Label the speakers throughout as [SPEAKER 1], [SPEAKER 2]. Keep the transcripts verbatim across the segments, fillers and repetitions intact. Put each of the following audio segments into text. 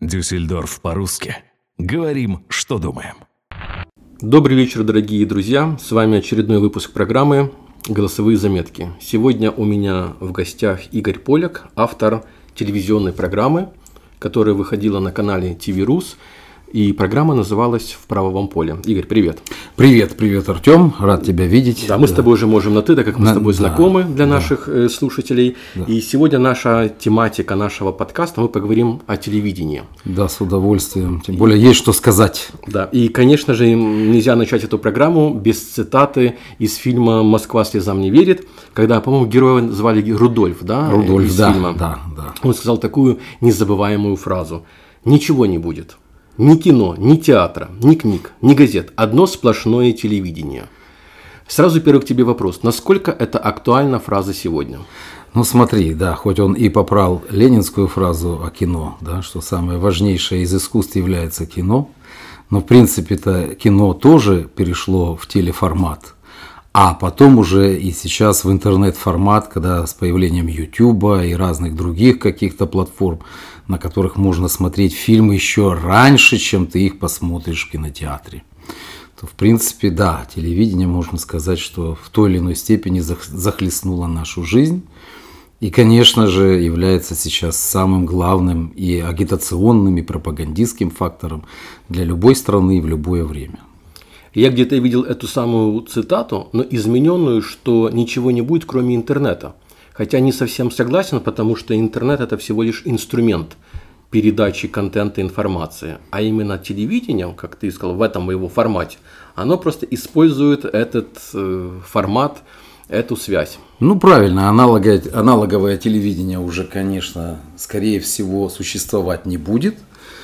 [SPEAKER 1] Дюссельдорф по-русски. Говорим, что думаем.
[SPEAKER 2] Добрый вечер, дорогие друзья. С вами очередной выпуск программы «Голосовые заметки». Сегодня у меня в гостях Игорь Поляк, автор телевизионной программы, которая выходила на канале ти ви Рус. И программа называлась «В правовом поле». Игорь, привет.
[SPEAKER 3] Привет, привет, Артем. Рад тебя видеть.
[SPEAKER 2] Да, мы да. с тобой уже можем на «ты», так как мы на, с тобой да, знакомы для
[SPEAKER 3] да.
[SPEAKER 2] наших э, слушателей. Да. И сегодня наша тематика нашего подкаста, мы поговорим о телевидении.
[SPEAKER 3] Да, с удовольствием. Тем более есть что сказать.
[SPEAKER 2] Да, и, конечно же, нельзя начать эту программу без цитаты из фильма «Москва слезам не верит», когда, по-моему, героя звали Рудольф, да?
[SPEAKER 3] Рудольф,
[SPEAKER 2] из
[SPEAKER 3] да,
[SPEAKER 2] фильма.
[SPEAKER 3] да, да.
[SPEAKER 2] Он сказал такую незабываемую фразу: «Ничего не будет. Ни кино, ни театра, ни книг, ни газет. Одно сплошное телевидение». Сразу первый к тебе вопрос. Насколько это актуальна фраза сегодня?
[SPEAKER 3] Ну смотри, да, хоть он и попрал ленинскую фразу о кино, да, что самое важнейшее из искусств является кино, но в принципе-то кино тоже перешло в телеформат. А потом уже и сейчас в интернет-формат, когда с появлением Ютуба и разных других каких-то платформ, на которых можно смотреть фильмы еще раньше, чем ты их посмотришь в кинотеатре, то в принципе, да, телевидение, можно сказать, что в той или иной степени захлестнуло нашу жизнь. И, конечно же, является сейчас самым главным и агитационным, и пропагандистским фактором для любой страны в любое время.
[SPEAKER 2] Я где-то видел эту самую цитату, но измененную, что ничего не будет, кроме интернета. Хотя не совсем согласен, потому что интернет – это всего лишь инструмент передачи контента и информации. А именно телевидение, как ты сказал, в этом его формате, оно просто использует этот э, формат, эту связь.
[SPEAKER 3] Ну, правильно, аналоговое, аналоговое телевидение уже, конечно, скорее всего, существовать не будет,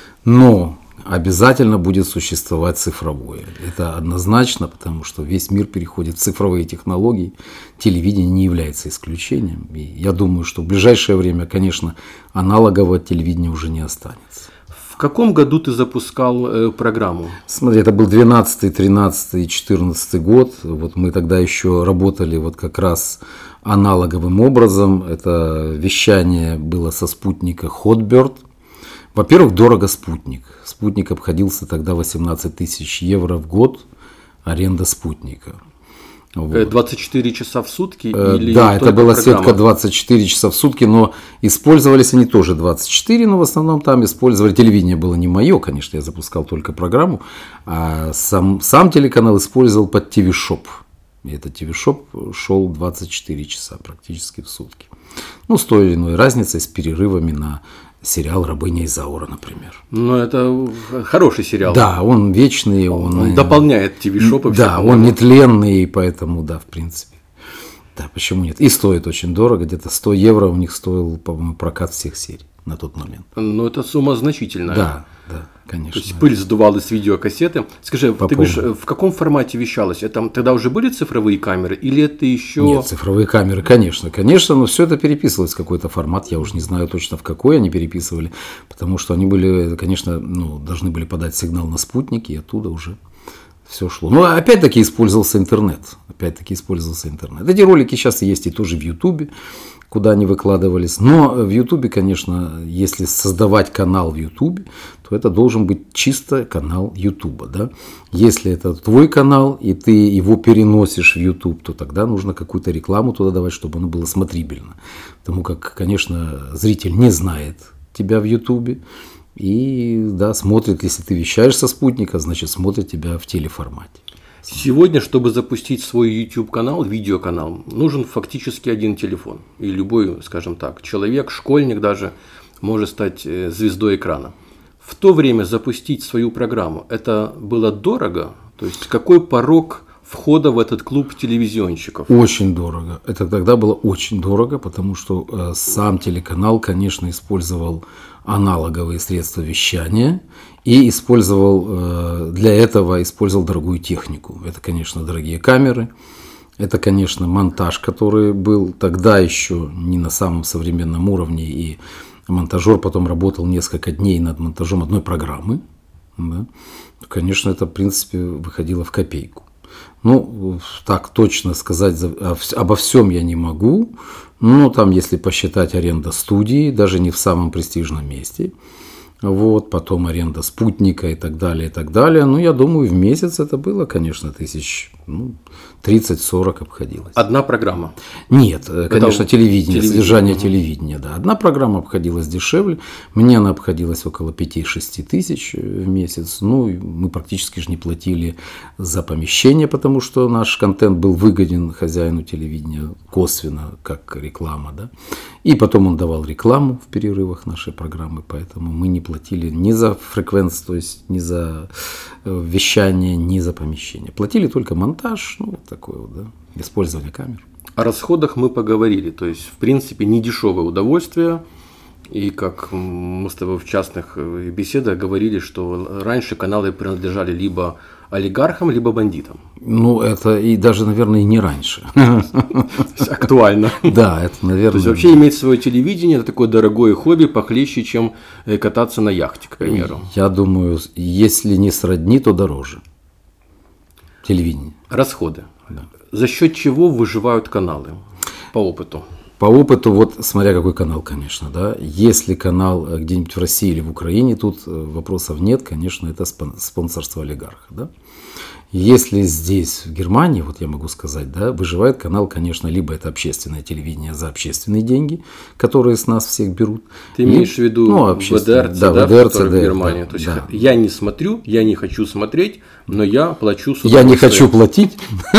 [SPEAKER 3] но обязательно будет существовать цифровое. Это однозначно, потому что весь мир переходит в цифровые технологии. Телевидение не является исключением. И я думаю, что в ближайшее время, конечно, аналогового телевидения уже не останется.
[SPEAKER 2] В каком году ты запускал э, программу?
[SPEAKER 3] Смотри, это был двенадцатый, тринадцатый, четырнадцатый год. Вот мы тогда еще работали вот как раз аналоговым образом. Это вещание было со спутника Hotbird. Во-первых, дорого спутник. Спутник обходился тогда восемнадцать тысяч евро в год, аренда спутника.
[SPEAKER 2] Вот. двадцать четыре часа в сутки?
[SPEAKER 3] Э,
[SPEAKER 2] или
[SPEAKER 3] да, это была
[SPEAKER 2] программа?
[SPEAKER 3] сетка двадцать четыре часа в сутки, но использовались они тоже двадцать четыре, но в основном там использовали. Телевидение было не мое, конечно, я запускал только программу, а сам, сам телеканал использовал под ти ви Shop. И этот ти ви Shop шел двадцать четыре часа практически в сутки. Ну, с той или иной разницей, с перерывами на сериал «Рабыня Изаура», например.
[SPEAKER 2] Ну, это хороший сериал.
[SPEAKER 3] Да, он вечный. Он,
[SPEAKER 2] он дополняет ти ви Shop.
[SPEAKER 3] Да, он нетленный, поэтому, да, в принципе. Да, почему нет? И стоит очень дорого, где-то сто евро у них стоил, по-моему, прокат всех серий на тот момент.
[SPEAKER 2] Ну, это сумма значительная.
[SPEAKER 3] Да, да, конечно.
[SPEAKER 2] То есть пыль сдувалась с видеокассеты. Скажи,
[SPEAKER 3] По
[SPEAKER 2] ты говоришь, в каком формате вещалось? Это тогда уже были цифровые камеры или это еще…
[SPEAKER 3] Нет, цифровые камеры, конечно, конечно, но все это переписывалось в какой-то формат. Я уже не знаю точно, в какой они переписывали, потому что они были, конечно, ну, должны были подать сигнал на спутник, и оттуда уже все шло. Но опять-таки использовался интернет. Опять-таки использовался интернет. Эти ролики сейчас есть и тоже в Ютубе, куда они выкладывались. Но в Ютубе, конечно, если создавать канал в Ютубе, то это должен быть чисто канал Ютуба. Да? Если это твой канал, и ты его переносишь в Ютуб, то тогда нужно какую-то рекламу туда давать, чтобы оно было смотрибельно. Потому как, конечно, зритель не знает тебя в Ютубе. И да, смотрит, если ты вещаешь со спутника, значит смотрит тебя в телеформате.
[SPEAKER 2] Сегодня, чтобы запустить свой YouTube-канал, видеоканал, нужен фактически один телефон. И любой, скажем так, человек, школьник даже, может стать звездой экрана. В то время запустить свою программу, это было дорого? То есть, какой порог входа в этот клуб телевизионщиков?
[SPEAKER 3] Очень дорого. Это тогда было очень дорого, потому что э, сам телеканал, конечно, использовал аналоговые средства вещания и использовал э, для этого использовал дорогую технику. Это, конечно, дорогие камеры. Это, конечно, монтаж, который был тогда еще не на самом современном уровне, и монтажер потом работал несколько дней над монтажом одной программы. Да. Конечно, это, в принципе, выходило в копейку. Ну, так точно сказать обо всем я не могу. Но там, если посчитать аренда студии, даже не в самом престижном месте, Вот, потом аренда спутника и так далее, и так далее. Ну, я думаю, в месяц это было, конечно, тысяч ну, тридцать-сорок обходилось.
[SPEAKER 2] Одна программа?
[SPEAKER 3] Нет, конечно,
[SPEAKER 2] это
[SPEAKER 3] телевидение,
[SPEAKER 2] телевидение.
[SPEAKER 3] содержание
[SPEAKER 2] Угу.
[SPEAKER 3] телевидения, да. Одна программа обходилась дешевле, мне она обходилась около пяти-шести тысяч в месяц. Ну, мы практически же не платили за помещение, потому что наш контент был выгоден хозяину телевидения косвенно, как реклама, да. И потом он давал рекламу в перерывах нашей программы, поэтому мы не платили ни за фреквенс, то есть ни за вещание, ни за помещение. Платили только монтаж, ну, вот такое вот, да, использование камер.
[SPEAKER 2] О расходах мы поговорили, то есть, в принципе, не дешевое удовольствие. И как мы с тобой в частных беседах говорили, что раньше каналы принадлежали либо олигархам, либо бандитам.
[SPEAKER 3] Ну, это и даже, наверное, и не раньше.
[SPEAKER 2] Актуально.
[SPEAKER 3] Да, это, наверное.
[SPEAKER 2] То есть, вообще иметь свое телевидение – это такое дорогое хобби, похлеще, чем кататься на яхте, к примеру.
[SPEAKER 3] Я думаю, если не сродни, то дороже. Телевидение.
[SPEAKER 2] Расходы. Да. За счет чего выживают каналы по опыту?
[SPEAKER 3] По опыту, вот смотря какой канал, конечно, да. Если канал где-нибудь в России или в Украине, тут вопросов нет, конечно, это спонсорство олигарха, да. Если здесь, в Германии, вот я могу сказать, да, выживает канал, конечно, либо это общественное телевидение за общественные деньги, которые с нас всех берут.
[SPEAKER 2] Ты имеешь в виду
[SPEAKER 3] ну,
[SPEAKER 2] вэ дэ эр,
[SPEAKER 3] да,
[SPEAKER 2] да,
[SPEAKER 3] вэ дэ эр,
[SPEAKER 2] который
[SPEAKER 3] цэ дэ эр,
[SPEAKER 2] в Германии?
[SPEAKER 3] Да,
[SPEAKER 2] То есть
[SPEAKER 3] да.
[SPEAKER 2] я не смотрю, я не хочу смотреть, но я плачу с
[SPEAKER 3] удовольствием. Я не хочу платить,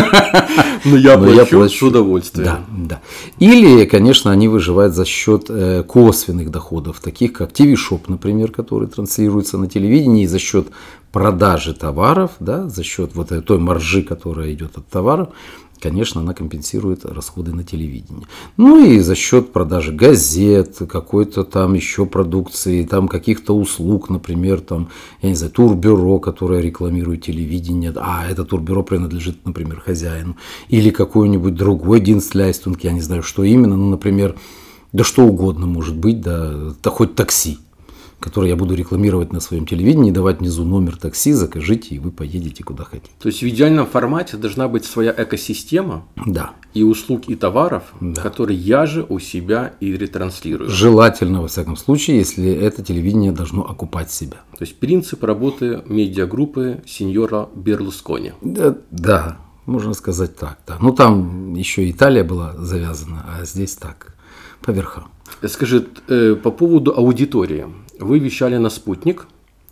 [SPEAKER 2] но я плачу с удовольствием.
[SPEAKER 3] Да, да. Или, конечно, они выживают за счет косвенных доходов, таких как ти ви-шоп, например, который транслируется на телевидении, и за счет продажи товаров, да, за счет вот той маржи, которая идет от товаров, конечно, она компенсирует расходы на телевидение. Ну и за счет продажи газет, какой-то там еще продукции, там каких-то услуг, например, там, я не знаю, турбюро, которое рекламирует телевидение, а это турбюро принадлежит, например, хозяину, или какой-нибудь другой Dienstleistung, я не знаю, что именно, ну, например, да что угодно может быть, да, да хоть такси, который я буду рекламировать на своем телевидении, давать внизу номер такси, закажите, и вы поедете куда хотите.
[SPEAKER 2] То есть в идеальном формате должна быть своя экосистема,
[SPEAKER 3] да,
[SPEAKER 2] и услуг, и товаров,
[SPEAKER 3] да,
[SPEAKER 2] которые я же у себя и ретранслирую.
[SPEAKER 3] Желательно, во всяком случае, если это телевидение должно окупать себя.
[SPEAKER 2] То есть принцип работы медиагруппы сеньора Берлускони.
[SPEAKER 3] Да, да, можно сказать так. Да. Ну там еще Италия была завязана, а здесь так, по верхам.
[SPEAKER 2] Скажи, по поводу аудитории. Вы вещали на «Спутник».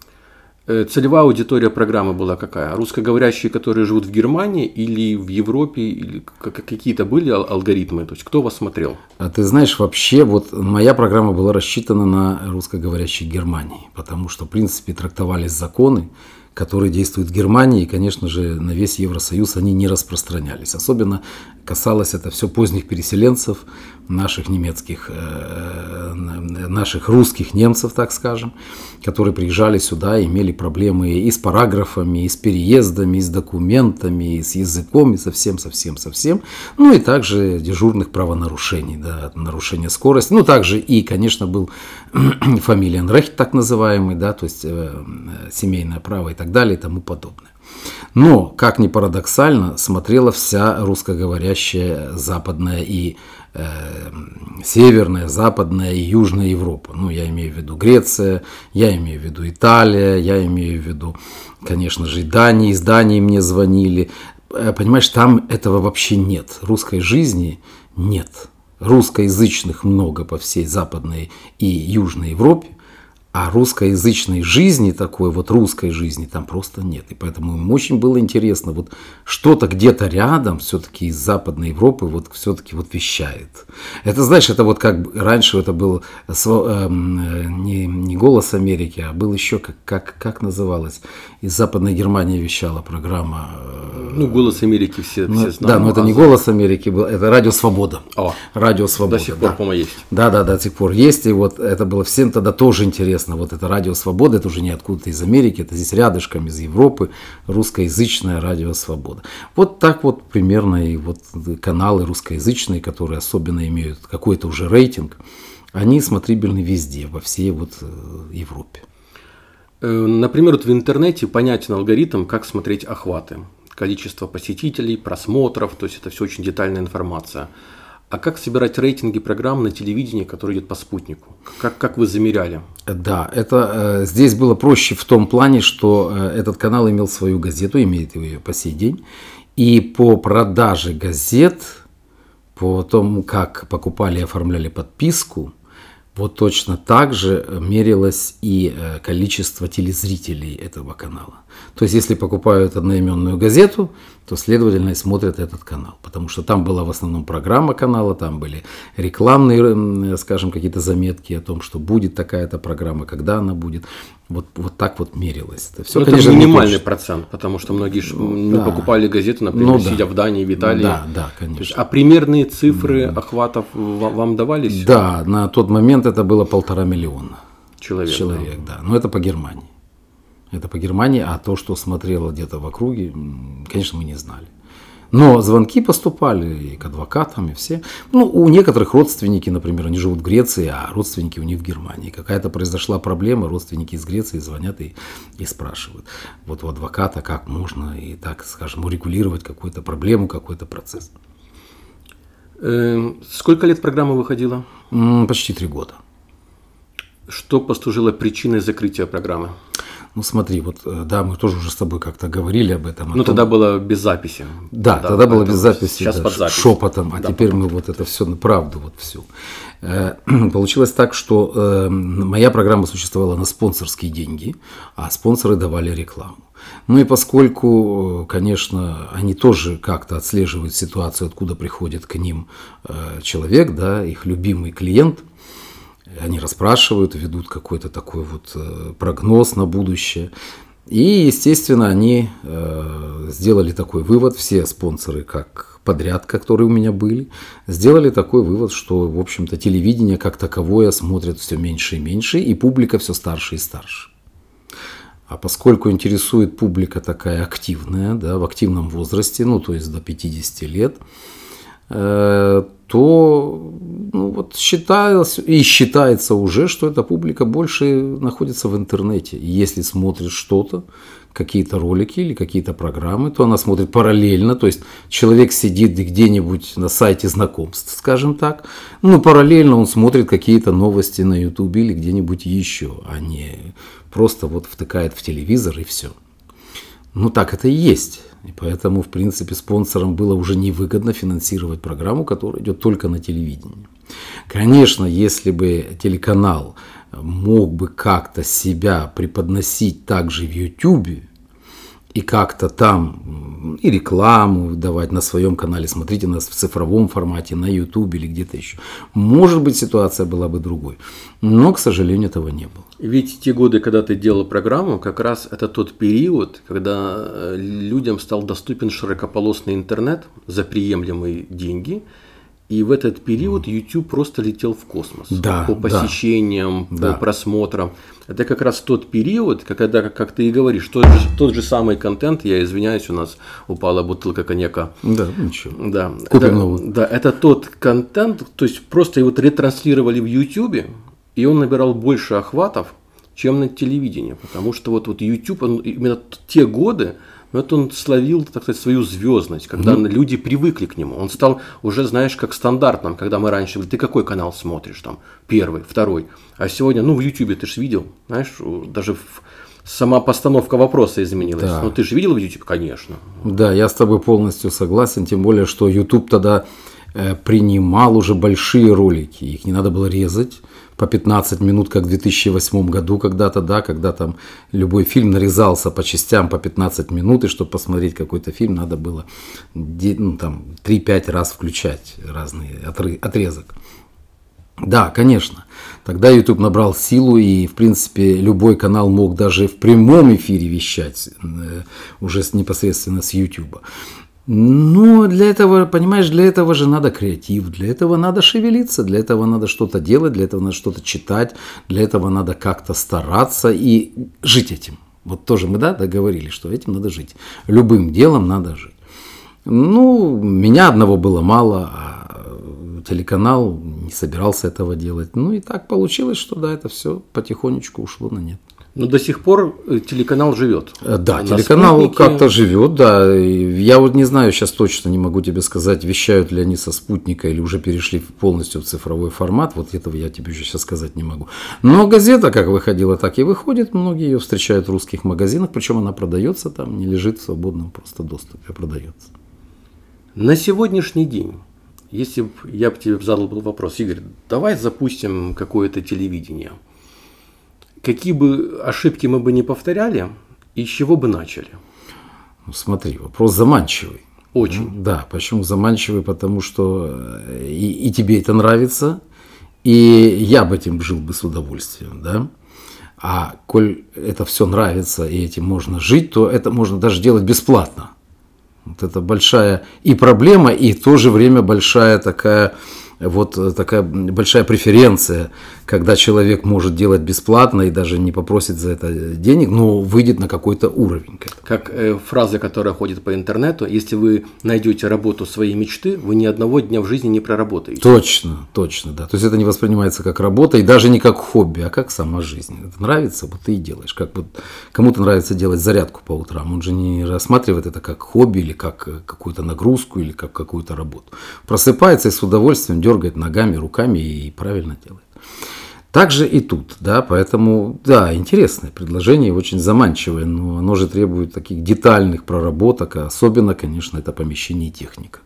[SPEAKER 2] Целевая аудитория программы была какая? Русскоговорящие, которые живут в Германии или в Европе? Или какие-то были алгоритмы? То есть, кто вас смотрел?
[SPEAKER 3] А ты знаешь, вообще, вот моя программа была рассчитана на русскоговорящих Германии, потому что, в принципе, трактовались законы, которые действуют в Германии, и, конечно же, на весь Евросоюз они не распространялись. Особенно касалось это все поздних переселенцев, наших немецких, наших русских немцев, так скажем, которые приезжали сюда и имели проблемы и с параграфами, и с переездами, и с документами, и с языком, и со всем, со всем, со всем. Ну и также дежурных правонарушений, да, нарушение скорости. Ну также и, конечно, был фамилиенрехт так называемый, да, то есть семейное право и так далее и тому подобное. Но, как ни парадоксально, смотрела вся русскоговорящая западная и э, северная, западная и южная Европа. Ну, я имею в виду Греция, я имею в виду Италия, я имею в виду, конечно же, и Дания. Из Дании мне звонили. Понимаешь, там этого вообще нет. Русской жизни нет. Русскоязычных много по всей западной и южной Европе. А русскоязычной жизни, такой вот русской жизни, там просто нет. И поэтому им очень было интересно, вот что-то где-то рядом все-таки из Западной Европы вот все-таки вот вещает. Это, знаешь, это вот как раньше это был э, не, не «Голос Америки», а был еще, как, как, как называлось, из Западной Германии вещала программа. Э,
[SPEAKER 2] ну, «Голос Америки» все,
[SPEAKER 3] ну,
[SPEAKER 2] все знают.
[SPEAKER 3] Да, но это не «Голос Америки», был, это «Радио Свобода».
[SPEAKER 2] О,
[SPEAKER 3] «Радио Свобода».
[SPEAKER 2] До сих пор,
[SPEAKER 3] да.
[SPEAKER 2] по-моему, есть.
[SPEAKER 3] Да, да, до сих пор есть. И вот это было всем тогда тоже интересно. Вот это «Радио Свобода», это уже не откуда-то из Америки, это здесь рядышком из Европы, русскоязычное «Радио Свобода». Вот так вот примерно и вот каналы русскоязычные, которые особенно имеют какой-то уже рейтинг, они смотрибельны везде, во всей вот Европе.
[SPEAKER 2] Например, вот в интернете понятен алгоритм, как смотреть охваты. Количество посетителей, просмотров, то есть это все очень детальная информация. А как собирать рейтинги программ на телевидении, которые идет по спутнику? Как, как вы замеряли?
[SPEAKER 3] Да, это э, здесь было проще в том плане, что э, этот канал имел свою газету, имеет ее по сей день. И по продаже газет, по тому, как покупали и оформляли подписку, вот точно так же мерилось и количество телезрителей этого канала. То есть, если покупают одноименную газету, то, следовательно, и смотрят этот канал. Потому что там была в основном программа канала, там были рекламные, скажем, какие-то заметки о том, что будет такая-то программа, когда она будет. Вот, вот так вот мерилось. Это, все,
[SPEAKER 2] Но
[SPEAKER 3] конечно,
[SPEAKER 2] это минимальный процент, потому что многие ну, не да. покупали газеты, например,
[SPEAKER 3] ну,
[SPEAKER 2] сидя
[SPEAKER 3] да.
[SPEAKER 2] в Дании, в Италии.
[SPEAKER 3] Да, да, конечно.
[SPEAKER 2] Есть, а примерные цифры mm. охватов вам, вам давались?
[SPEAKER 3] Да, на тот момент это было полтора миллиона.
[SPEAKER 2] Человек.
[SPEAKER 3] Человек, да. да. Но это по Германии. Это по Германии, а то, что смотрело где-то в округе, конечно, мы не знали. Но звонки поступали и к адвокатам, и все. Ну, у некоторых родственники, например, они живут в Греции, а родственники у них в Германии. Какая-то произошла проблема, родственники из Греции звонят и, и спрашивают. Вот у адвоката как можно и так, скажем, урегулировать какую-то проблему, какой-то процесс.
[SPEAKER 2] Сколько лет программа выходила?
[SPEAKER 3] Почти три года.
[SPEAKER 2] Что послужило причиной закрытия программы?
[SPEAKER 3] Ну смотри, вот да, мы тоже уже с тобой как-то говорили об этом.
[SPEAKER 2] Ну
[SPEAKER 3] том...
[SPEAKER 2] тогда было без записи.
[SPEAKER 3] Да, да тогда было без записи.
[SPEAKER 2] Сейчас
[SPEAKER 3] да,
[SPEAKER 2] под запись.
[SPEAKER 3] Шепотом, а
[SPEAKER 2] да,
[SPEAKER 3] теперь
[SPEAKER 2] потом.
[SPEAKER 3] мы вот это все на правду, вот всю. Э, получилось так, что э, моя программа существовала на спонсорские деньги, а спонсоры давали рекламу. Ну и поскольку, конечно, они тоже как-то отслеживают ситуацию, откуда приходит к ним э, человек, да, их любимый клиент. Они расспрашивают, ведут какой-то такой вот прогноз на будущее. И, естественно, они э, сделали такой вывод, все спонсоры, как подряд, которые у меня были, сделали такой вывод, что, в общем-то, телевидение как таковое смотрят все меньше и меньше, и публика все старше и старше. А поскольку интересует публика такая активная, да, в активном возрасте, ну, то есть до пятидесяти лет, э, то ну, вот считалось, и считается уже, что эта публика больше находится в интернете. И если смотрит что-то, какие-то ролики или какие-то программы, то она смотрит параллельно. То есть человек сидит где-нибудь на сайте знакомств, скажем так, ну параллельно он смотрит какие-то новости на Ютубе или где-нибудь еще, а не просто вот втыкает в телевизор и все. Ну так это и есть. И поэтому, в принципе, спонсорам было уже невыгодно финансировать программу, которая идет только на телевидении. Конечно, если бы телеканал мог бы как-то себя преподносить также в Ютубе, и как-то там и рекламу давать на своем канале, смотрите нас в цифровом формате, на Ютубе или где-то еще. Может быть, ситуация была бы другой. Но, к сожалению, этого не было.
[SPEAKER 2] Ведь те годы, когда ты делал программу, как раз это тот период, когда людям стал доступен широкополосный интернет за приемлемые деньги. И в этот период YouTube просто летел в космос.
[SPEAKER 3] Да,
[SPEAKER 2] по посещениям,
[SPEAKER 3] да,
[SPEAKER 2] по просмотрам. Это как раз тот период, когда, как ты и говоришь, тот же, тот же самый контент, я извиняюсь, у нас упала бутылка коньяка.
[SPEAKER 3] Да, ничего.
[SPEAKER 2] Да,
[SPEAKER 3] Купим
[SPEAKER 2] это,
[SPEAKER 3] новую.
[SPEAKER 2] Да, это тот контент, то есть просто его ретранслировали в YouTube, и он набирал больше охватов, чем на телевидении. Потому что вот, вот YouTube, он, именно те годы, но это он словил, так сказать, свою звездность, когда mm-hmm. люди привыкли к нему. Он стал уже, знаешь, как стандартным, когда мы раньше говорили, ты какой канал смотришь, там, первый, второй. А сегодня, ну, в Ютубе ты же видел, знаешь, даже в... сама постановка вопроса изменилась.
[SPEAKER 3] Да.
[SPEAKER 2] Ну, ты же видел в Ютубе? Конечно.
[SPEAKER 3] Да, я с тобой полностью согласен, тем более, что YouTube тогда э, принимал уже большие ролики, их не надо было резать. По пятнадцать минут, как в две тысячи восьмом году когда-то, да, когда там любой фильм нарезался по частям по пятнадцать минут, и чтобы посмотреть какой-то фильм, надо было ну, там, три-пять раз включать разный отрезок. Да, конечно, тогда YouTube набрал силу, и, в принципе, любой канал мог даже в прямом эфире вещать, уже непосредственно с YouTube. Но для этого, понимаешь, для этого же надо креатив, для этого надо шевелиться, для этого надо что-то делать, для этого надо что-то читать, для этого надо как-то стараться и жить этим. Вот тоже мы, да, договорились, что этим надо жить. Любым делом надо жить. Ну, меня одного было мало, а телеканал не собирался этого делать. Ну и так получилось, что да, это все потихонечку ушло на нет.
[SPEAKER 2] Но до сих пор телеканал живет.
[SPEAKER 3] Да,
[SPEAKER 2] На
[SPEAKER 3] телеканал
[SPEAKER 2] спутнике...
[SPEAKER 3] как-то живет, да. Я вот не знаю, сейчас точно не могу тебе сказать, вещают ли они со спутника или уже перешли полностью в цифровой формат. Вот этого я тебе еще сейчас сказать не могу. Но газета как выходила, так и выходит. Многие ее встречают в русских магазинах, причем она продается там, не лежит в свободном просто доступе, а продается.
[SPEAKER 2] На сегодняшний день, если бы я бы тебе задал был вопрос, Игорь, давай запустим какое-то телевидение. Какие бы ошибки мы бы не повторяли, и с чего бы начали?
[SPEAKER 3] Ну, смотри, вопрос заманчивый.
[SPEAKER 2] Очень.
[SPEAKER 3] Да, почему заманчивый? Потому что и, и тебе это нравится, и я бы этим жил бы с удовольствием, да? А коль это все нравится, и этим можно жить, то это можно даже делать бесплатно. Вот это большая и проблема, и в то же время большая такая... Вот такая большая преференция, когда человек может делать бесплатно и даже не попросит за это денег, но выйдет на какой-то уровень.
[SPEAKER 2] Как э, фраза, которая ходит по интернету: если вы найдете работу своей мечты, вы ни одного дня в жизни не проработаете.
[SPEAKER 3] Точно, точно, да. То есть это не воспринимается как работа и даже не как хобби, а как сама жизнь. Это нравится, вот ты и делаешь. Как вот кому-то нравится делать зарядку по утрам, он же не рассматривает это как хобби или как какую-то нагрузку или как какую-то работу. Просыпается и с удовольствием дергает ногами, руками и правильно делает. Так же и тут, да, поэтому, да, интересное предложение, очень заманчивое, но оно же требует таких детальных проработок, а особенно, конечно, это помещение и техника.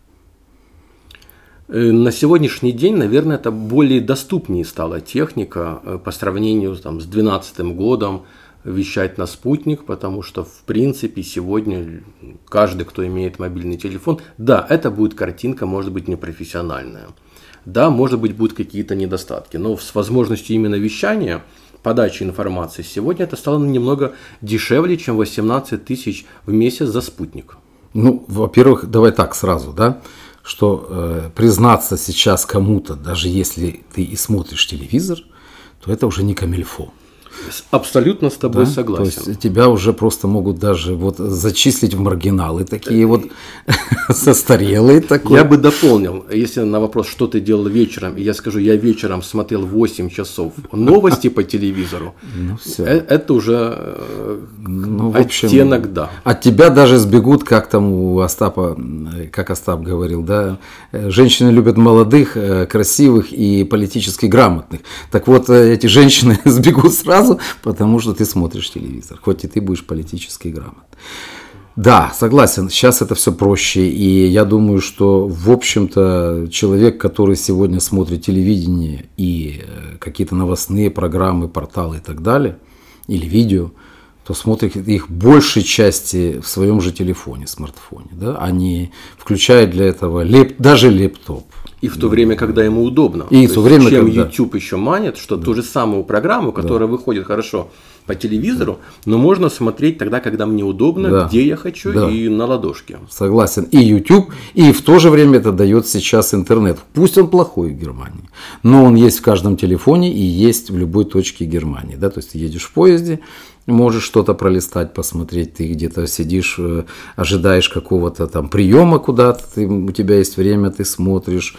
[SPEAKER 2] На сегодняшний день, наверное, это более доступнее стала техника по сравнению там, с две тысячи двенадцатым годом вещать на спутник, потому что, в принципе, сегодня каждый, кто имеет мобильный телефон, да, это будет картинка, может быть, непрофессиональная. Да, может быть, будут какие-то недостатки, но с возможностью именно вещания, подачи информации, сегодня это стало немного дешевле, чем восемнадцать тысяч в месяц за спутник.
[SPEAKER 3] Ну, во-первых, давай так сразу, да, что э, признаться сейчас кому-то, даже если ты и смотришь телевизор, то это уже не камильфо.
[SPEAKER 2] Абсолютно с тобой
[SPEAKER 3] да?
[SPEAKER 2] согласен.
[SPEAKER 3] То есть тебя уже просто могут даже вот зачислить в маргиналы, такие вот застарелые. Такой.
[SPEAKER 2] Я бы дополнил, если на вопрос, что ты делал вечером, и я скажу, я вечером смотрел восемь часов новости по телевизору,
[SPEAKER 3] ну, все.
[SPEAKER 2] Это уже ну, общем, оттенок, да.
[SPEAKER 3] От тебя даже сбегут, как там у Остапа, как Остап говорил, да, женщины любят молодых, красивых и политически грамотных. Так вот, эти женщины сбегут сразу, потому что ты смотришь телевизор, хоть и ты будешь политически грамотный. Да, согласен, сейчас это все проще, и я думаю, что, в общем-то, человек, который сегодня смотрит телевидение и какие-то новостные программы, порталы и так далее, или видео, то смотрит их большей части в своем же телефоне, смартфоне, да, а не включает для этого леп, даже лэптоп.
[SPEAKER 2] И в то время, когда ему удобно.
[SPEAKER 3] И в то время,
[SPEAKER 2] чем
[SPEAKER 3] когда...
[SPEAKER 2] YouTube еще манит, что да. ту же самую программу, которая да. выходит хорошо по телевизору, но можно смотреть тогда, когда мне удобно, да. где я хочу да. и на ладошке.
[SPEAKER 3] Согласен. И YouTube, и в то же время это дает сейчас интернет. Пусть он плохой в Германии, но он есть в каждом телефоне и есть в любой точке Германии. Да? То есть ты едешь в поезде, можешь что-то пролистать, посмотреть, ты где-то сидишь, ожидаешь какого-то там приема куда-то, ты, у тебя есть время, ты смотришь.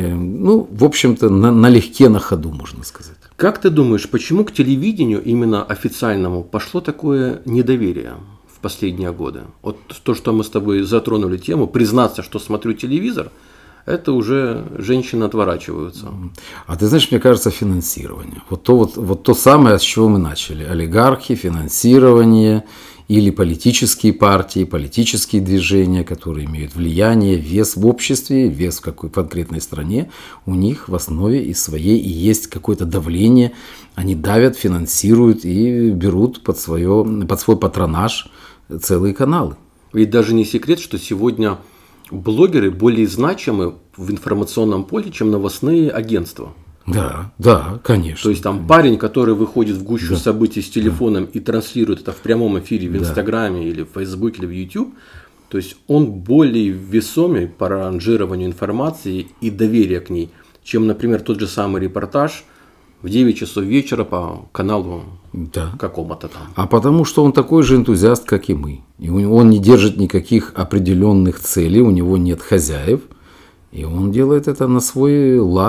[SPEAKER 3] Ну, в общем-то, на, налегке, на ходу, можно сказать.
[SPEAKER 2] Как ты думаешь, почему к телевидению, именно официальному, пошло такое недоверие в последние годы? Вот то, что мы с тобой затронули тему, признаться, что смотрю телевизор, это уже женщины отворачиваются.
[SPEAKER 3] А ты знаешь, мне кажется, финансирование. Вот то, вот, вот то самое, с чего мы начали. Олигархи, финансирование или политические партии, политические движения, которые имеют влияние, вес в обществе, вес в какой конкретной стране, у них в основе и своей и есть какое-то давление. Они давят, финансируют и берут под, свое, под свой патронаж целые каналы.
[SPEAKER 2] Ведь даже не секрет, что сегодня блогеры более значимы в информационном поле, чем новостные агентства.
[SPEAKER 3] Да, да, конечно.
[SPEAKER 2] То есть там парень, который выходит в гущу да. событий с телефоном да. и транслирует это в прямом эфире в Инстаграме да. или в Фейсбуке или в YouTube, то есть он более весомый по ранжированию информации и доверия к ней, чем, например, тот же самый репортаж в девять часов вечера по каналу да. какому-то там.
[SPEAKER 3] А потому что он такой же энтузиаст, как и мы. И он не держит никаких определенных целей, у него нет хозяев, и он делает это на свой лад,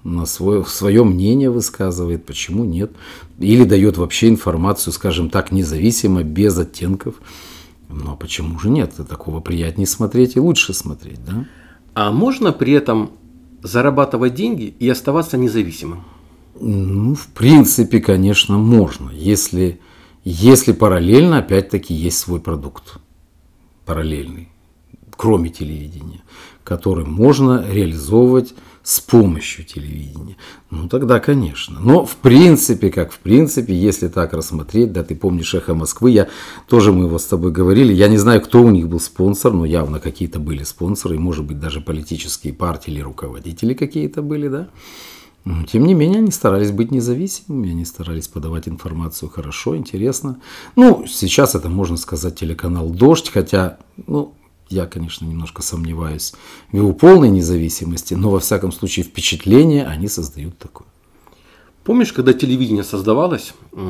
[SPEAKER 3] на свое, свое мнение высказывает, почему нет. Или дает вообще информацию, скажем так, независимо, без оттенков. Но почему же нет? Такого приятнее смотреть и лучше смотреть, да?
[SPEAKER 2] А можно при этом зарабатывать деньги и оставаться независимым?
[SPEAKER 3] Ну, в принципе, конечно, можно, если, если параллельно, опять-таки, есть свой продукт параллельный, кроме телевидения, который можно реализовывать с помощью телевидения. Ну, тогда, конечно. Но, в принципе, как в принципе, если так рассмотреть, да, ты помнишь «Эхо Москвы», я тоже, мы его с тобой говорили, я не знаю, кто у них был спонсор, но явно какие-то были спонсоры, и, может быть, даже политические партии или руководители какие-то были, да. Но, тем не менее, они старались быть независимыми, они старались подавать информацию хорошо, интересно. Ну, сейчас это, можно сказать, телеканал «Дождь», хотя, ну, я, конечно, немножко сомневаюсь в его полной независимости, но, во всяком случае, впечатление они создают такое.
[SPEAKER 2] Помнишь, когда телевидение создавалось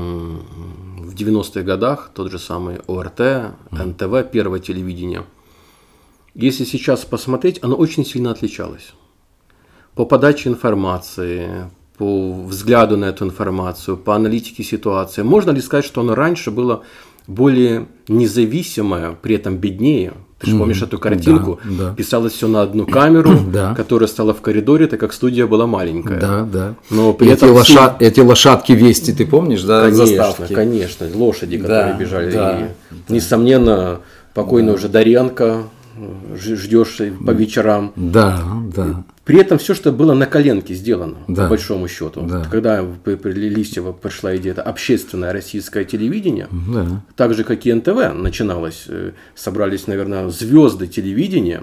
[SPEAKER 2] в девяностых годах, тот же самый О Р Т, Н Т В, первое телевидение, если сейчас посмотреть, оно очень сильно отличалось. По подаче информации, по взгляду на эту информацию, по аналитике ситуации. Можно ли сказать, что оно раньше было более независимое, при этом беднее? Ты же помнишь эту картинку?
[SPEAKER 3] Да, да.
[SPEAKER 2] Писалось все на одну камеру,
[SPEAKER 3] да.
[SPEAKER 2] которая стала в коридоре, так как студия была маленькая.
[SPEAKER 3] Да, да.
[SPEAKER 2] Но при
[SPEAKER 3] эти,
[SPEAKER 2] этом
[SPEAKER 3] лоша... эти лошадки Вести, ты помнишь, да?
[SPEAKER 2] Конечно,
[SPEAKER 3] заставки?
[SPEAKER 2] конечно. Лошади, которые
[SPEAKER 3] да,
[SPEAKER 2] бежали.
[SPEAKER 3] Да,
[SPEAKER 2] и,
[SPEAKER 3] да.
[SPEAKER 2] Несомненно, покойный
[SPEAKER 3] да.
[SPEAKER 2] уже Доренко, ждешь по вечерам.
[SPEAKER 3] Да, да.
[SPEAKER 2] При этом все, что было на коленке сделано,
[SPEAKER 3] да.
[SPEAKER 2] по большому счету.
[SPEAKER 3] Да.
[SPEAKER 2] Когда при Листьева пришла идея, это общественное российское телевидение,
[SPEAKER 3] да.
[SPEAKER 2] так же, как и Н Т В начиналось, собрались, наверное, звезды телевидения,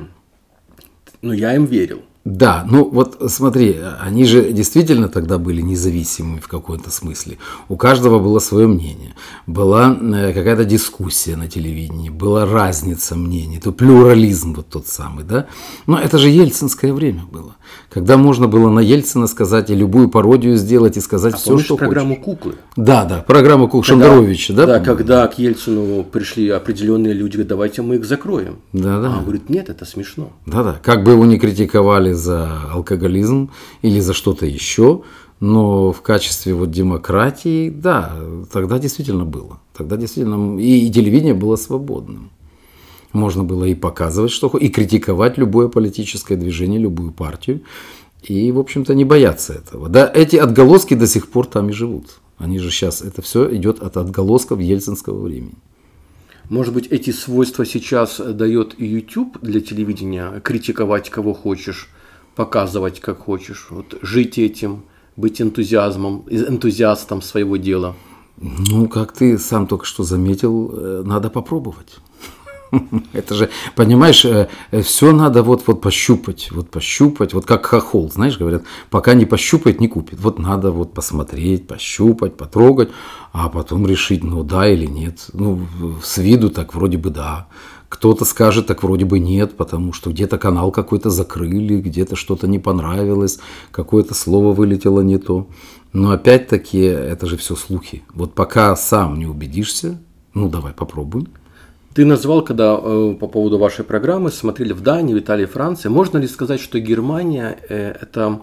[SPEAKER 2] но я им верил.
[SPEAKER 3] Да, ну вот смотри, они же действительно тогда были независимыми в каком-то смысле. У каждого было свое мнение. Была какая-то дискуссия на телевидении, была разница мнений, то плюрализм вот тот самый, да. Но это же ельцинское время было, когда можно было на Ельцина сказать и любую пародию сделать и сказать
[SPEAKER 2] а
[SPEAKER 3] все,
[SPEAKER 2] помнишь
[SPEAKER 3] что
[SPEAKER 2] программу
[SPEAKER 3] хочешь.
[SPEAKER 2] «Куклы»?
[SPEAKER 3] Да, да, программу Куклы Шендеровича, да?
[SPEAKER 2] Да, когда к Ельцину пришли определенные люди, говорят, давайте мы их закроем.
[SPEAKER 3] Да, да.
[SPEAKER 2] А он говорит, нет, это смешно.
[SPEAKER 3] Да, да. Как бы его ни критиковали за алкоголизм или за что-то еще, но в качестве вот демократии, да, тогда действительно было. Тогда действительно и, и телевидение было свободным. Можно было и показывать, что и критиковать любое политическое движение, любую партию. И, в общем-то, не бояться этого. Да, эти отголоски до сих пор там и живут. Они же сейчас, это все идет от отголосков ельцинского времени.
[SPEAKER 2] Может быть, эти свойства сейчас дает и YouTube для телевидения, критиковать кого хочешь, показывать как хочешь, вот, жить этим, быть энтузиазмом, энтузиастом своего дела.
[SPEAKER 3] Ну, как ты сам только что заметил, надо попробовать. Это же, понимаешь, все надо вот, вот пощупать, вот пощупать, вот как хохол, знаешь, говорят, пока не пощупает, не купит. Вот надо вот посмотреть, пощупать, потрогать, а потом решить, ну да или нет. Ну, с виду так вроде бы да. Кто-то скажет, так вроде бы нет, потому что где-то канал какой-то закрыли, где-то что-то не понравилось, какое-то слово вылетело не то. Но опять-таки это же все слухи. Вот пока сам не убедишься, ну давай попробуем.
[SPEAKER 2] Ты назвал, когда э, по поводу вашей программы смотрели в Дании, в Италии, Франции. Можно ли сказать, что Германия э, это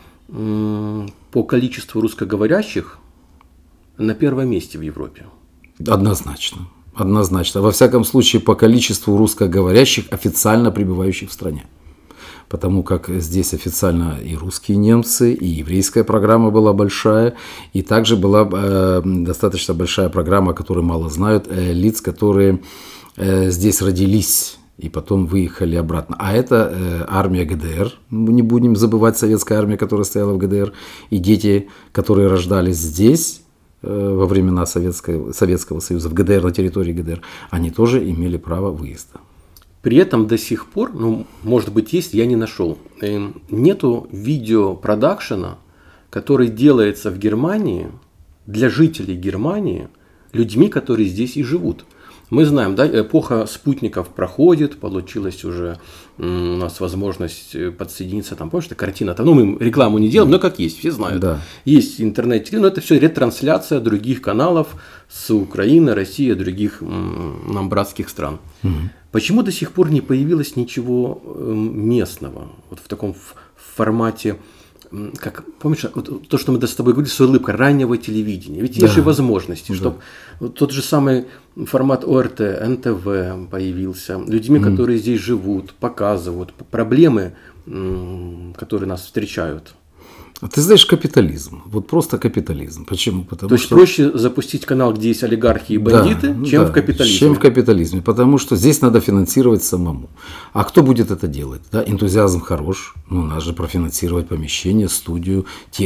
[SPEAKER 2] э, по количеству русскоговорящих на первом месте в Европе?
[SPEAKER 3] Однозначно. Однозначно. Во всяком случае, по количеству русскоговорящих, официально пребывающих в стране. Потому как здесь официально и русские немцы, и еврейская программа была большая, и также была э, достаточно большая программа, которую мало знают, э, лиц, которые э, здесь родились и потом выехали обратно. А это э, армия Г Д Р, мы не будем забывать, советская армия, которая стояла в Г Д Р, и дети, которые рождались здесь э, во времена Советского, Советского Союза, в Г Д Р, на территории Г Д Р, они тоже имели право выезда.
[SPEAKER 2] При этом до сих пор, ну, может быть, есть, я не нашел, нету видеопродакшена, который делается в Германии для жителей Германии, людьми, которые здесь и живут. Мы знаем, да, эпоха спутников проходит, получилась уже у нас возможность подсоединиться, там, помнишь, картина, там, ну, мы рекламу не делаем, но как есть, все знают. Да. Есть интернет, но это все ретрансляция других каналов с Украины, России, других нам братских стран. Угу. Почему до сих пор не появилось ничего местного, вот в таком формате как, помнишь, вот то, что мы с тобой говорили, с улыбкой, раннего телевидения. Ведь да. есть же возможности, чтобы да. тот же самый формат О Р Т, Эн Тэ Вэ появился, людьми, mm. которые здесь живут, показывают проблемы, которые нас встречают.
[SPEAKER 3] Ты знаешь, капитализм. Вот просто капитализм. Почему? Потому
[SPEAKER 2] То есть
[SPEAKER 3] что...
[SPEAKER 2] проще запустить канал, где есть олигархи и бандиты, да, чем
[SPEAKER 3] да,
[SPEAKER 2] в капитализме.
[SPEAKER 3] Чем в капитализме. Потому что здесь надо финансировать самому. А кто будет это делать? Да? Энтузиазм хорош. Ну, надо же профинансировать помещение, студию,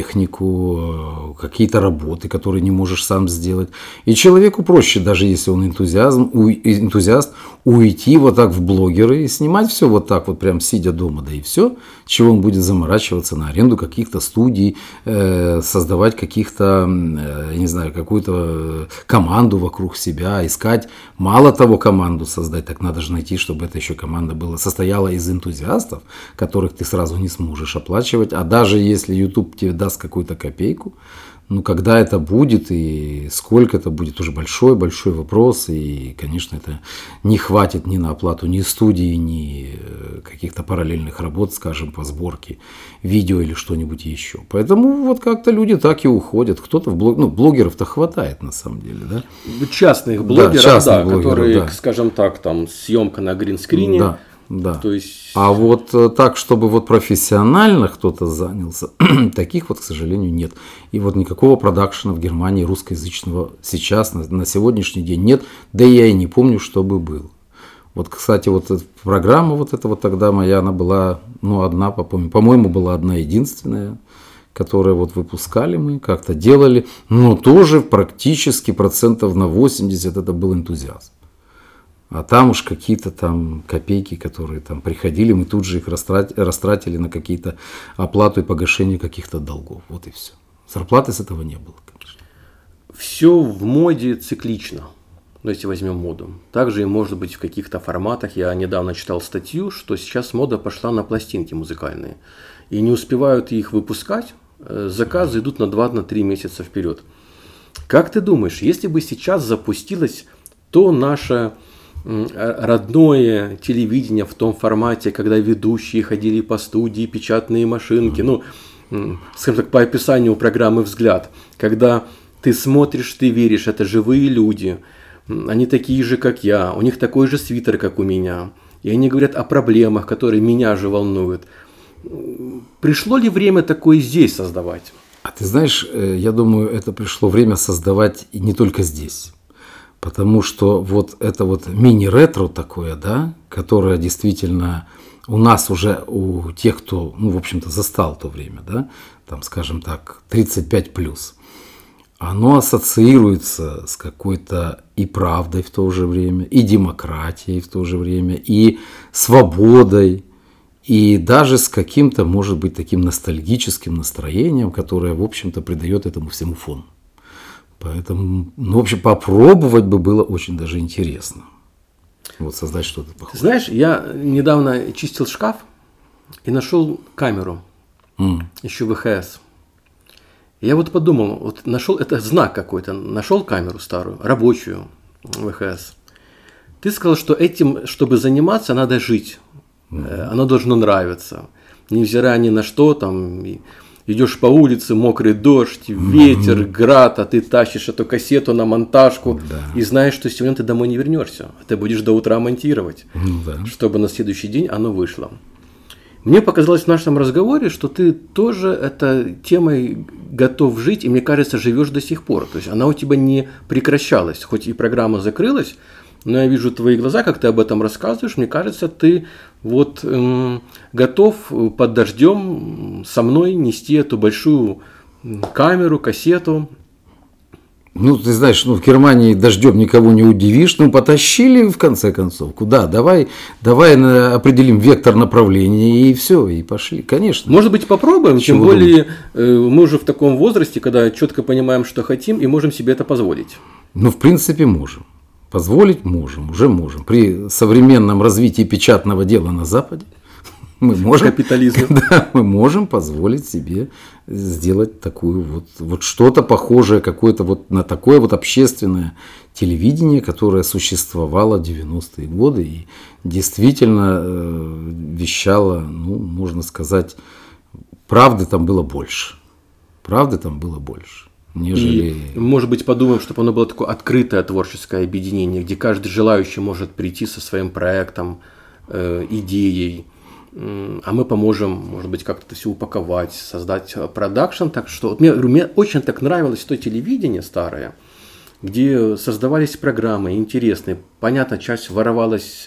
[SPEAKER 3] технику, какие-то работы, которые не можешь сам сделать. И человеку проще, даже если он энтузиазм, у, энтузиаст, уйти вот так в блогеры и снимать все вот так вот, прям сидя дома, да и все. Чего он будет заморачиваться на аренду каких-то студий, э, создавать каких-то, э, я не знаю, какую-то команду вокруг себя, искать. Мало того, команду создать, так надо же найти, чтобы эта еще команда была, состояла из энтузиастов, которых ты сразу не сможешь оплачивать. А даже если YouTube тебе даст какую-то копейку, ну, когда это будет и сколько это будет, уже большой-большой вопрос. И, конечно, это не хватит ни на оплату ни студии, ни каких-то параллельных работ, скажем, по сборке видео или что-нибудь еще. Поэтому вот как-то люди так и уходят. Кто-то в блог... Ну, блогеров-то хватает на самом деле, да?
[SPEAKER 2] Частных блогеров, да,
[SPEAKER 3] частных
[SPEAKER 2] да
[SPEAKER 3] блогеров,
[SPEAKER 2] которые,
[SPEAKER 3] да.
[SPEAKER 2] скажем так, там, съемка на гринскрине.
[SPEAKER 3] Да. Да.
[SPEAKER 2] То есть...
[SPEAKER 3] А вот так, чтобы вот профессионально кто-то занялся, таких вот, к сожалению, нет. И вот никакого продакшена в Германии русскоязычного сейчас, на, на сегодняшний день нет. Да и я и не помню, чтобы был. Вот, кстати, вот эта программа вот эта вот тогда моя, она была, ну, одна, по-моему, по-моему, была одна единственная, которую вот выпускали мы, как-то делали. Но тоже практически процентов на восемьдесят это был энтузиазм. А там уж какие-то там копейки, которые там приходили, мы тут же их растратили на какие-то оплату и погашение каких-то долгов. Вот и все. Зарплаты с этого не было, конечно.
[SPEAKER 2] Все в моде циклично. Ну, если возьмем моду. Также и может быть в каких-то форматах. Я недавно читал статью, что сейчас мода пошла на пластинки музыкальные. И не успевают их выпускать. Заказы идут на два-три месяца вперед. Как ты думаешь, если бы сейчас запустилось то наше родное телевидение в том формате, когда ведущие ходили по студии, печатные машинки, ну, скажем так, по описанию программы «Взгляд», когда ты смотришь, ты веришь, это живые люди, они такие же, как я, у них такой же свитер, как у меня, и они говорят о проблемах, которые меня же волнуют. Пришло ли время такое здесь создавать?
[SPEAKER 3] А ты знаешь, я думаю, это пришло время создавать и не только здесь. Потому что вот это вот мини-ретро такое, да, которое действительно у нас уже, у тех, кто, ну, в общем-то, застал то время, да, там, скажем так, тридцать пять плюс, оно ассоциируется с какой-то и правдой в то же время, и демократией в то же время, и свободой, и даже с каким-то, может быть, таким ностальгическим настроением, которое, в общем-то, придает этому всему фон. Поэтому, ну, в общем, попробовать бы было очень даже интересно. Вот создать что-то похожее.
[SPEAKER 2] Знаешь, я недавно чистил шкаф и нашел камеру, mm. еще вэ ха эс. Я вот подумал, вот нашел, это знак какой-то, нашел камеру старую, рабочую вэ ха эс. Ты сказал, что этим, чтобы заниматься, надо жить. Mm. Оно должно нравиться. Невзирая ни на что, там... Идешь по улице, мокрый дождь, ветер, mm-hmm. град, а ты тащишь эту кассету на монтажку да. и знаешь, что сегодня ты домой не вернешься. А ты будешь до утра монтировать, mm-hmm. чтобы на следующий день оно вышло. Мне показалось в нашем разговоре, что ты тоже этой темой готов жить, и мне кажется, живешь до сих пор. То есть она у тебя не прекращалась, хоть и программа закрылась, но я вижу твои глаза, как ты об этом рассказываешь. Мне кажется, ты вот эм, готов под дождем со мной нести эту большую камеру, кассету.
[SPEAKER 3] Ну, ты знаешь, ну, в Германии дождем никого не удивишь. Ну, потащили в конце концов. Куда? Давай, давай определим вектор направления и все, и пошли. Конечно.
[SPEAKER 2] Может быть, попробуем? Тем более э, мы уже в таком возрасте, когда четко понимаем, что хотим, и можем себе это позволить.
[SPEAKER 3] Ну, в принципе, можем. Позволить можем, уже можем. При современном развитии печатного дела на Западе мы можем,
[SPEAKER 2] капитализм.
[SPEAKER 3] Да, мы можем позволить себе сделать такую вот, вот что-то похожее, какое-то вот на такое вот общественное телевидение, которое существовало в девяностые годы и действительно э, вещало, ну, можно сказать, правды там было больше. Правды там было больше. Нежели...
[SPEAKER 2] И, может быть, подумаем, чтобы оно было такое открытое творческое объединение, где каждый желающий может прийти со своим проектом, э, идеей, э, а мы поможем, может быть, как-то это все упаковать, создать продакшн. Так что вот мне, мне очень так нравилось то телевидение старое, где создавались программы интересные. Понятно, часть воровалась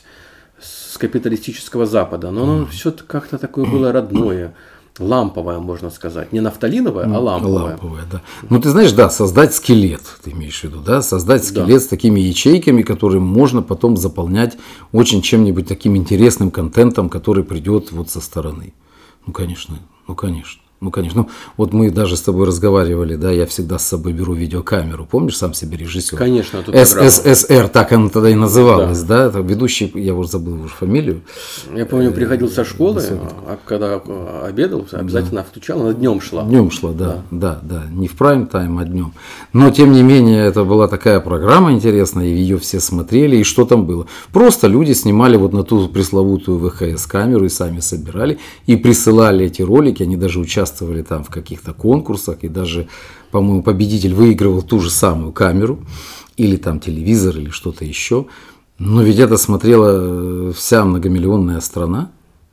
[SPEAKER 2] с капиталистического Запада, но оно все как-то такое было родное. Ламповая, можно сказать. Не нафталиновая, а ламповая.
[SPEAKER 3] Ламповая, да. Ну, ты знаешь, да, создать скелет, ты имеешь в виду, да? Создать скелет да. с такими ячейками, которые можно потом заполнять очень чем-нибудь таким интересным контентом, который придет вот со стороны. Ну, конечно, ну, конечно. Ну, конечно. Ну, вот мы даже с тобой разговаривали, да, я всегда с собой беру видеокамеру. Помнишь, сам себе режиссер?
[SPEAKER 2] Конечно.
[SPEAKER 3] эс эс эс эр, так она тогда и называлась, да. да? Ведущий, я уже забыл уже фамилию.
[SPEAKER 2] Я помню, приходил со школы, а когда обедал, обязательно да. включал, она днем шла.
[SPEAKER 3] Днем шла, да, да, да, да. Не в прайм-тайм, а днем. Но, тем не менее, это была такая программа интересная, и ее все смотрели, и что там было? Просто люди снимали вот на ту пресловутую вэ ха эс-камеру и сами собирали, и присылали эти ролики, они даже участвовали участвовали там в каких-то конкурсах, и даже, по-моему, победитель выигрывал ту же самую камеру, или там телевизор, или что-то еще. Но ведь это смотрела вся многомиллионная страна.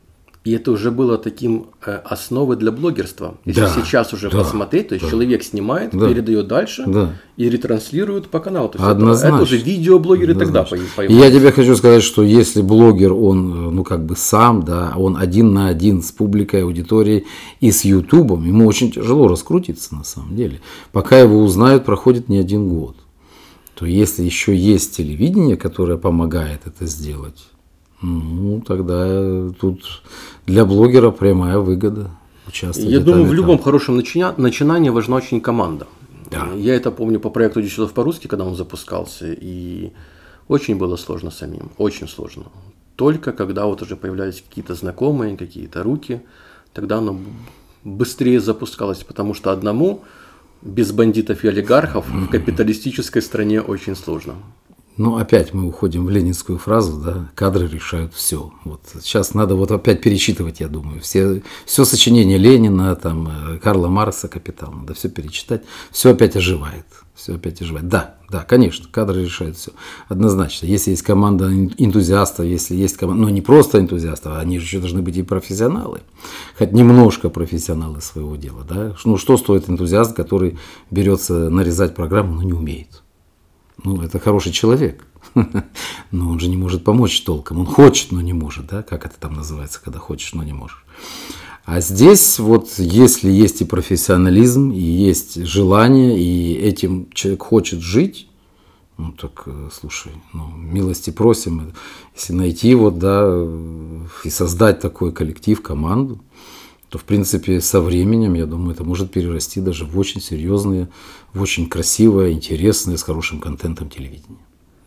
[SPEAKER 2] И это уже было таким основой для блогерства. Если да, сейчас уже да, посмотреть, то есть да. человек снимает, да. передает дальше да. и ретранслирует по каналу. То есть
[SPEAKER 3] Однозначно.
[SPEAKER 2] Это, это уже видеоблогеры тогда появились.
[SPEAKER 3] И я тебе хочу сказать, что если блогер, он ну как бы сам, да, он один на один с публикой, аудиторией и с Ютубом, ему очень тяжело раскрутиться на самом деле. Пока его узнают, проходит не один год. То если еще есть телевидение, которое помогает это сделать, ну, тогда тут для блогера прямая выгода участвовать.
[SPEAKER 2] Я думаю, в любом хорошем начиня... начинании важна очень команда.
[SPEAKER 3] Да.
[SPEAKER 2] Я это помню по проекту «Дюссельдорф по-русски», когда он запускался, и очень было сложно самим, очень сложно. Только когда вот уже появлялись какие-то знакомые, какие-то руки, тогда оно быстрее запускалось, потому что одному без бандитов и олигархов в капиталистической стране очень сложно.
[SPEAKER 3] Ну, опять мы уходим в ленинскую фразу, да, кадры решают все. Вот сейчас надо вот опять перечитывать, я думаю, все, все сочинение Ленина, там, Карла Маркса «Капитал», надо все перечитать, все опять оживает, все опять оживает. Да, да, конечно, кадры решают все, однозначно. Если есть команда энтузиастов, если есть команда, ну, не просто энтузиастов, они же еще должны быть и профессионалы, хоть немножко профессионалы своего дела, да. Ну, что стоит энтузиаст, который берется нарезать программу, но не умеет? Ну, это хороший человек, но он же не может помочь толком. Он хочет, но не может, да? Как это там называется, когда хочешь, но не можешь. А здесь вот если есть и профессионализм, и есть желание, и этим человек хочет жить, ну, так, слушай, ну, милости просим, если найти вот, да, и создать такой коллектив, команду, то, в принципе, со временем, я думаю, это может перерасти даже в очень серьезное, в очень красивое, интересное, с хорошим контентом телевидение.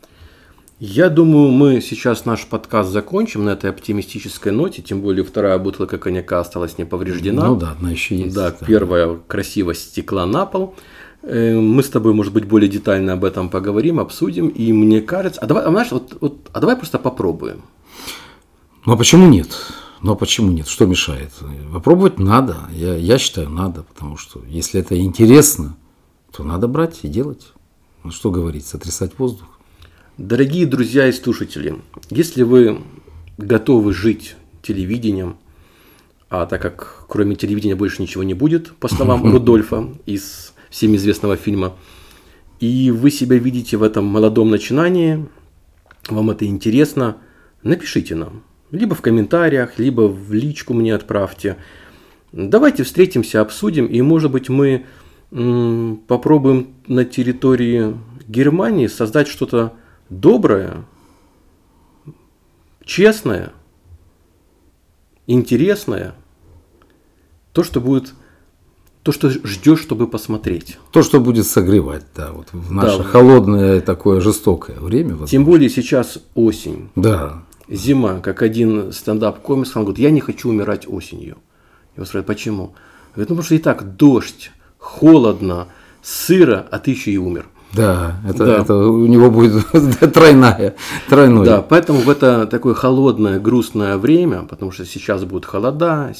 [SPEAKER 2] Я думаю, мы сейчас наш подкаст закончим на этой оптимистической ноте, тем более вторая бутылка коньяка осталась не повреждена.
[SPEAKER 3] Ну да, она еще есть.
[SPEAKER 2] Да, да. Первая красиво стекла на пол. Мы с тобой, может быть, более детально об этом поговорим, обсудим. И мне кажется, а давай, а, знаешь, вот, вот, а давай просто попробуем.
[SPEAKER 3] Ну а почему нет? Ну а почему нет? Что мешает? Попробовать надо. Я, я считаю, надо, потому что если это интересно, то надо брать и делать. Ну что говорить, сотрясать воздух.
[SPEAKER 2] Дорогие друзья и слушатели, если вы готовы жить телевидением, а так как кроме телевидения больше ничего не будет, по словам Рудольфа из всем известного фильма, и вы себя видите в этом молодом начинании, вам это интересно, напишите нам. Либо в комментариях, либо в личку мне отправьте. Давайте встретимся, обсудим, и, может быть, мы м, попробуем на территории Германии создать что-то доброе, честное, интересное, то, что будет, то, что ждешь, чтобы посмотреть.
[SPEAKER 3] То, что будет согревать, да, вот в наше
[SPEAKER 2] да.
[SPEAKER 3] холодное такое жестокое время. Возможно.
[SPEAKER 2] Тем более сейчас осень.
[SPEAKER 3] Да.
[SPEAKER 2] Зима, как один стендап-комик сказал, говорит, я не хочу умирать осенью. Его спрашивают, почему? Говорит, ну, потому что и так дождь, холодно, сыро, а ты еще и умер.
[SPEAKER 3] Да, это, да. это у него будет тройная, тройное.
[SPEAKER 2] Да, поэтому в это такое холодное, грустное время, потому что сейчас будут холода,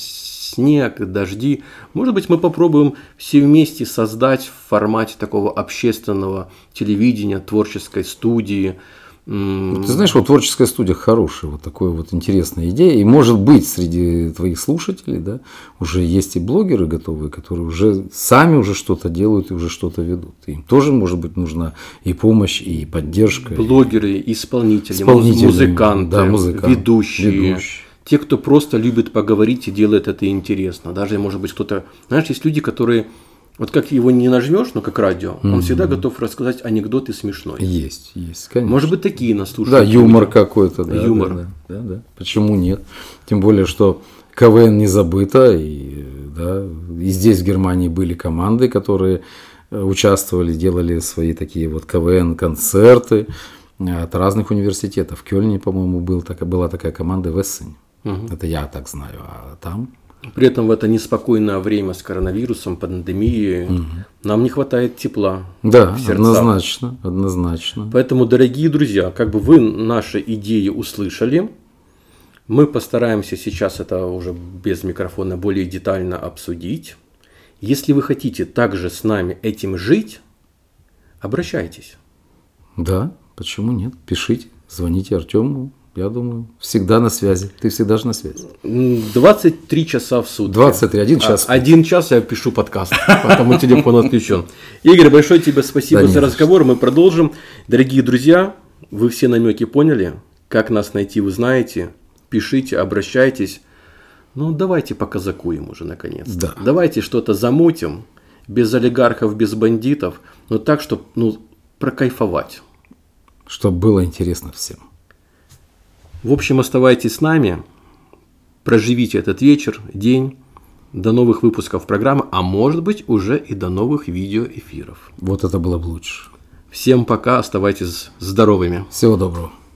[SPEAKER 2] снег, дожди. Может быть, мы попробуем все вместе создать в формате такого общественного телевидения, творческой студии.
[SPEAKER 3] Ты знаешь, вот творческая студия хорошая, вот такая вот интересная идея. И может быть, среди твоих слушателей, да, уже есть и блогеры готовые, которые уже сами уже что-то делают и уже что-то ведут. Им тоже, может быть, нужна и помощь, и поддержка.
[SPEAKER 2] Блогеры, исполнители,
[SPEAKER 3] исполнители
[SPEAKER 2] музыканты,
[SPEAKER 3] да, музыканты
[SPEAKER 2] ведущие.
[SPEAKER 3] ведущие.
[SPEAKER 2] Те, кто просто любит поговорить и делает это интересно. Даже, может быть, кто-то... Знаешь, есть люди, которые... Вот как его не нажмешь, но как радио, mm-hmm. он всегда готов рассказать анекдоты смешной.
[SPEAKER 3] Есть, есть, конечно.
[SPEAKER 2] Может быть, такие нас слушают.
[SPEAKER 3] Да, юмор люди. Какой-то. Да,
[SPEAKER 2] юмор.
[SPEAKER 3] Да, да, да, да. Почему нет? Тем более, что КВН не забыто. И, да, и здесь, в Германии, были команды, которые участвовали, делали свои такие вот КВН-концерты от разных университетов. В Кёльне, по-моему, был, так, была такая команда в Эссене. Mm-hmm. Это я так знаю. А там...
[SPEAKER 2] При этом в это неспокойное время с коронавирусом, пандемией, угу. нам не хватает тепла.
[SPEAKER 3] Да, в однозначно, однозначно.
[SPEAKER 2] Поэтому, дорогие друзья, как бы вы наши идеи услышали, мы постараемся сейчас это уже без микрофона более детально обсудить. Если вы хотите также с нами этим жить, обращайтесь.
[SPEAKER 3] Да, почему нет? Пишите, звоните Артему. Я думаю, всегда на связи. Ты всегда же на связи.
[SPEAKER 2] двадцать три часа в сутки.
[SPEAKER 3] двадцать три, один час.
[SPEAKER 2] А, один час я пишу подкаст, потому телефон отключен. Игорь, большое тебе спасибо да за разговор. Мы продолжим. Дорогие друзья, вы все намеки поняли. Как нас найти, вы знаете. Пишите, обращайтесь. Ну, давайте показакуем уже наконец.
[SPEAKER 3] Да.
[SPEAKER 2] Давайте что-то замутим. Без олигархов, без бандитов. Но так, чтобы ну, прокайфовать.
[SPEAKER 3] Чтобы было интересно всем.
[SPEAKER 2] В общем, оставайтесь с нами, проживите этот вечер, день, до новых выпусков программы, а может быть уже и до новых видеоэфиров.
[SPEAKER 3] Вот это было бы лучше.
[SPEAKER 2] Всем пока, оставайтесь здоровыми.
[SPEAKER 3] Всего доброго.